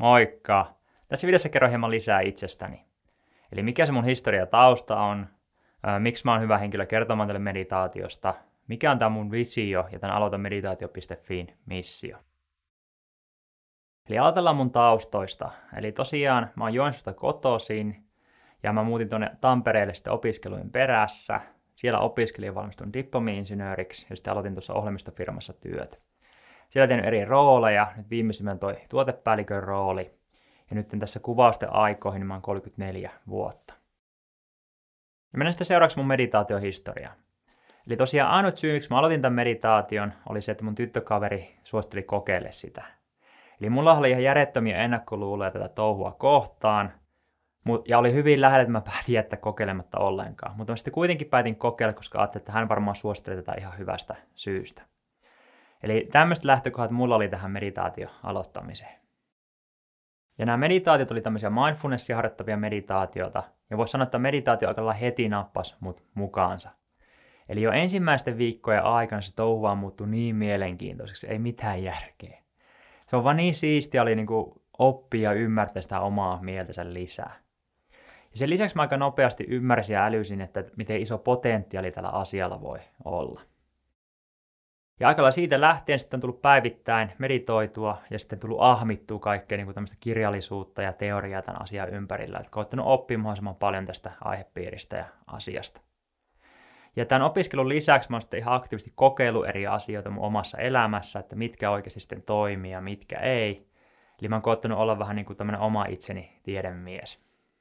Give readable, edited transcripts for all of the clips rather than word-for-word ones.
Moikka! Tässä videossa kerron hieman lisää itsestäni. Eli mikä se mun historia tausta on, miksi mä oon hyvä henkilö kertomaan teille meditaatiosta, mikä on tää mun visio ja tämän aloitameditaatio.fiin missio. Eli aloitellaan mun taustoista. Eli tosiaan mä oon Joensuusta kotoisin ja mä muutin tuonne Tampereelle sitten opiskelujen perässä. Siellä opiskelin ja valmistuin diplomi-insinööriksi ja sitten aloitin tuossa ohjelmistofirmassa työtä. Siellä tein eri rooleja, nyt viimeisimmän toi tuotepäällikön rooli. Ja nyt tässä kuvausten aikoihin niin mä oon 34 vuotta. Ja mennään sitten seuraavaksi mun meditaatiohistoriaan. Eli tosiaan ainut syy, miksi mä aloitin tämän meditaation, oli se, että mun tyttökaveri suositteli kokeile sitä. Eli mulla oli ihan järjettömiä ennakkoluuloja tätä touhua kohtaan. Ja oli hyvin lähellä, että mä päätin jättää kokeilematta ollenkaan. Mutta mä sitten kuitenkin päätin kokeilla, koska ajattelin, että hän varmaan suositteli tätä ihan hyvästä syystä. Eli tämmöiset lähtökohdat mulla oli tähän meditaatio aloittamiseen. Ja nämä meditaatiot oli tämmöisiä mindfulnessia harjoittavia meditaatioita. Ja voisi sanoa, että meditaatio aika lailla heti nappasi mut mukaansa. Eli jo ensimmäisten viikkojen aikana se touhu vaan muuttui niin mielenkiintoiseksi, ei mitään järkeä. Se on vaan niin siistiä oli niinku oppia ja ymmärtää sitä omaa mieltänsä lisää. Ja sen lisäksi mä aika nopeasti ymmärsin ja älysin, että miten iso potentiaali tällä asialla voi olla. Ja aika lailla siitä lähtien sitten on tullut päivittäin meditoitua ja sitten tullut ahmittua kaikkea niin kuin tämmöistä kirjallisuutta ja teoriaa tämän asian ympärillä. Että koettanut oppia mahdollisimman paljon tästä aihepiiristä ja asiasta. Ja tämän opiskelun lisäksi mä oon sitten ihan aktiivisesti kokeillut eri asioita mun omassa elämässä, että mitkä oikeasti sitten toimii ja mitkä ei. Eli mä oon koettanut olla vähän niin kuin tämmöinen oma itseni tiedemies.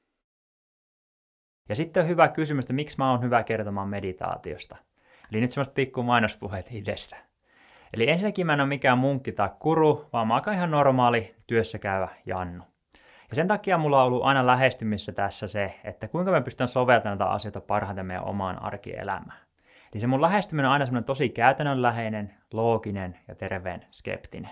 Ja sitten on hyvä kysymys, että miksi mä oon hyvä kertomaan meditaatiosta. Eli nyt semmoista pikku mainospuheet itsestä. Eli ensinnäkin mä en ole mikään munkki tai guru, vaan mä oon aika ihan normaali työssäkäyvä Jannu. Ja sen takia mulla on ollut aina lähestymissä tässä se, että kuinka me pystytään soveltamaan näitä asioita parhaiten meidän omaan arkielämään. Eli se mun lähestyminen on aina semmoinen tosi käytännönläheinen, looginen ja terveen skeptinen.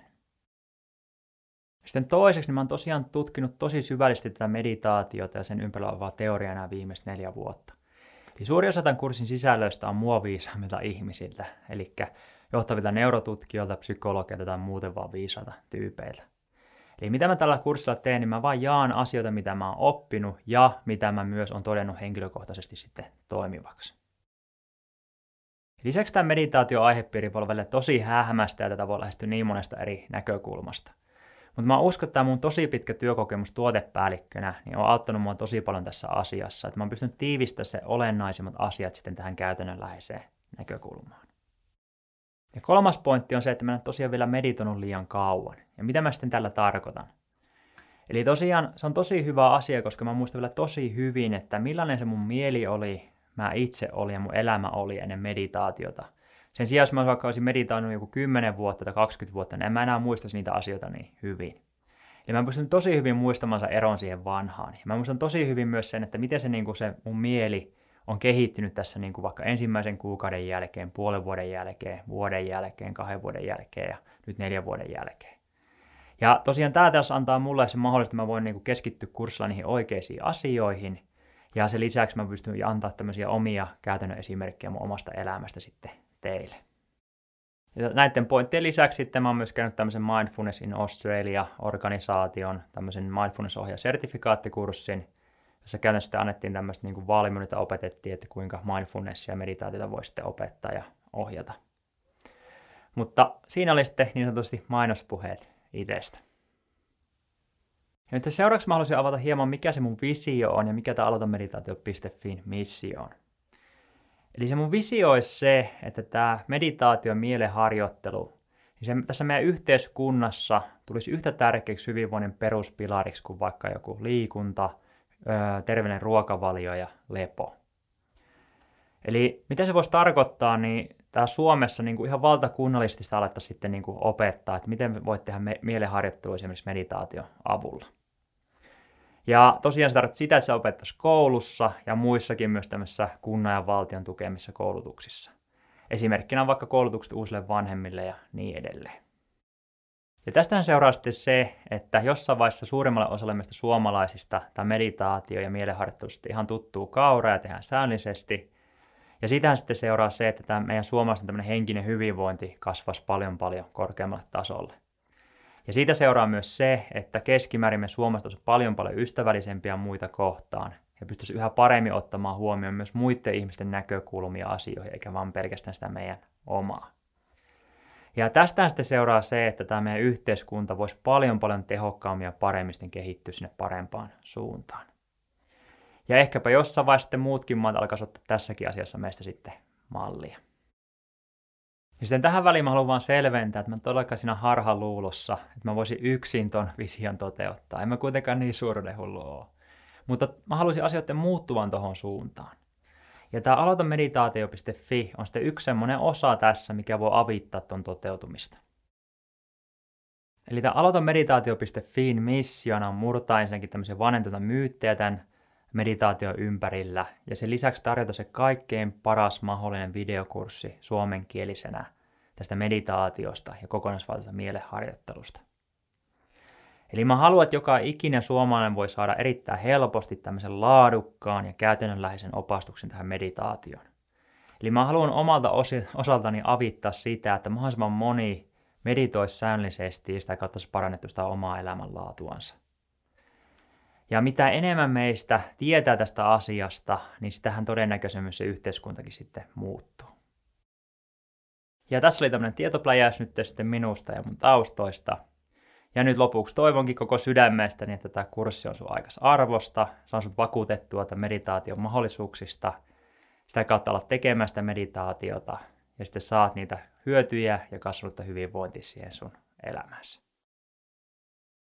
Sitten toiseksi niin mä oon tosiaan tutkinut tosi syvällisesti tätä meditaatiota ja sen ympärillä olevaa teoriaa nämä viimeiset 4 vuotta. Eli suuri osa tämän kurssin sisällöistä on mua viisaammilta ihmisiltä, eli johtavilta neurotutkijoilta, psykologeilta tai muuten vaan viisailta tyypeiltä. Eli mitä mä tällä kurssilla teen, niin mä vaan jaan asioita, mitä mä oon oppinut ja mitä mä myös oon todennut henkilökohtaisesti sitten toimivaksi. Lisäksi tämä meditaatio-aihepiiri voi olla välillä tosi hämmästä ja tätä voi lähestyä niin monesta eri näkökulmasta. Mutta mä uskon, että tämä mun tosi pitkä työkokemus tuotepäällikkönä niin on auttanut mua tosi paljon tässä asiassa. Että mä oon pystynyt tiivistämään se olennaisimmat asiat sitten tähän käytännönläheiseen näkökulmaan. Ja 3. pointti on se, että mä en ole tosiaan vielä meditoinut liian kauan. Ja mitä mä sitten tällä tarkoitan? Eli tosiaan se on tosi hyvä asia, koska mä muistan vielä tosi hyvin, että millainen se mun mieli oli, mä itse olin ja mun elämä oli ennen meditaatiota. Sen sijaan, jos mä vaikka olisin meditoinut joku 10 vuotta tai 20 vuotta, niin en mä enää muistaisi niitä asioita niin hyvin. Ja mä pystyn tosi hyvin muistamaan eron siihen vanhaan. Ja mä muistan tosi hyvin myös sen, että miten se mun mieli on kehittynyt tässä vaikka ensimmäisen kuukauden jälkeen, puolen vuoden jälkeen, vuoden jälkeen, 2 vuoden jälkeen ja nyt 4 vuoden jälkeen. Ja tosiaan tämä tässä antaa mulle sen mahdollista, että mä voin keskittyä kurssilla niihin oikeisiin asioihin. Ja sen lisäksi mä pystyn antaa tämmöisiä omia käytännön esimerkkejä mun omasta elämästä sitten teille. Ja näiden pointtien lisäksi sitten mä oon myös käynyt tämmöisen Mindfulness in Australia-organisaation, tämmöisen mindfulness-ohjaaja-sertifikaattikurssin, jossa käytännössä sitten annettiin tämmöistä valmiudet ja opetettiin, että kuinka mindfulnessia ja meditaatiota voi sitten opettaa ja ohjata. Mutta siinä oli sitten niin sanotusti mainospuheet itsestä. Ja nyt seuraavaksi mä haluaisin avata hieman, mikä se mun visio on ja mikä tämä aloitameditaatio.fiin missio on. Eli se mun visio olisi se, että tämä meditaatio ja mielenharjoittelu, niin se tässä meidän yhteiskunnassa tulisi yhtä tärkeäksi hyvinvoinnin peruspilariksi kuin vaikka joku liikunta, terveellinen ruokavalio ja lepo. Eli mitä se voisi tarkoittaa, niin täällä Suomessa ihan valtakunnallisesti sitä alettaisiin sitten opettaa, että miten voit tehdä mielenharjoittelua esimerkiksi meditaation avulla. Ja tosiaan se tarkoittaa sitä, että se opettaisiin koulussa ja muissakin myös tämmöisissä kunnan ja valtion tukemissa koulutuksissa. Esimerkkinä on vaikka koulutukset uusille vanhemmille ja niin edelleen. Ja tästähän seuraa sitten se, että jossain vaiheessa suurimmalle osalle meistä suomalaisista tämä meditaatio ja mielenharjoittelu sitten ihan tuttuu kauraa ja tehdään säännöllisesti. Ja siitähän sitten seuraa se, että tämä meidän suomalaisten tämmöinen henkinen hyvinvointi kasvaisi paljon korkeammalle tasolle. Ja siitä seuraa myös se, että keskimäärin me suomalaiset olisivat paljon ystävällisempiä muita kohtaan ja pystyisi yhä paremmin ottamaan huomioon myös muiden ihmisten näkökulmia asioihin, eikä vaan pelkästään sitä meidän omaa. Ja tästä sitten seuraa se, että tämä meidän yhteiskunta voisi paljon tehokkaammin ja paremmin sitten kehittyä sinne parempaan suuntaan. Ja ehkäpä jossain vaiheessa sitten muutkin maat alkaisivat ottaa tässäkin asiassa meistä sitten mallia. Ja sitten tähän väliin mä haluan vaan selventää, että mä todellakaan siinä harhaluulossa, että mä voisin yksin ton vision toteuttaa. En mä kuitenkaan niin suurudenhullu ole. Mutta mä haluaisin asioiden muuttuvan tohon suuntaan. Ja tämä aloitameditaatio.fi on sitten yksi semmoinen osa tässä, mikä voi avittaa ton toteutumista. Eli tämä aloitameditaatio.fiin missiona on murtaa ensinnäkin tämmöisiä vanhentuneita myyttejä tämän meditaation ympärillä ja sen lisäksi tarjota se kaikkein paras mahdollinen videokurssi suomenkielisenä tästä meditaatiosta ja kokonaisvaltaisesta mielenharjoittelusta. Eli mä haluan, että joka ikinen suomalainen voi saada erittäin helposti tämmöisen laadukkaan ja käytännönläheisen opastuksen tähän meditaatioon. Eli mä haluan omalta osaltani avittaa sitä, että mahdollisimman moni meditoisi säännöllisesti ja sitä kautta parannettu sitä omaa elämänlaatuansa. Ja mitä enemmän meistä tietää tästä asiasta, niin sitähän todennäköisemmin se yhteiskuntakin sitten muuttuu. Ja tässä oli tämmöinen tietopläjäys nyt sitten minusta ja mun taustoista. Ja nyt lopuksi toivonkin koko sydämestäni, että tämä kurssi on sun aikas arvosta, saan sut vakuutettua tämän meditaation mahdollisuuksista, sitä kautta olla tekemään sitä meditaatiota ja sitten saat niitä hyötyjä ja kasvanutta hyvinvointia siihen sun elämässä.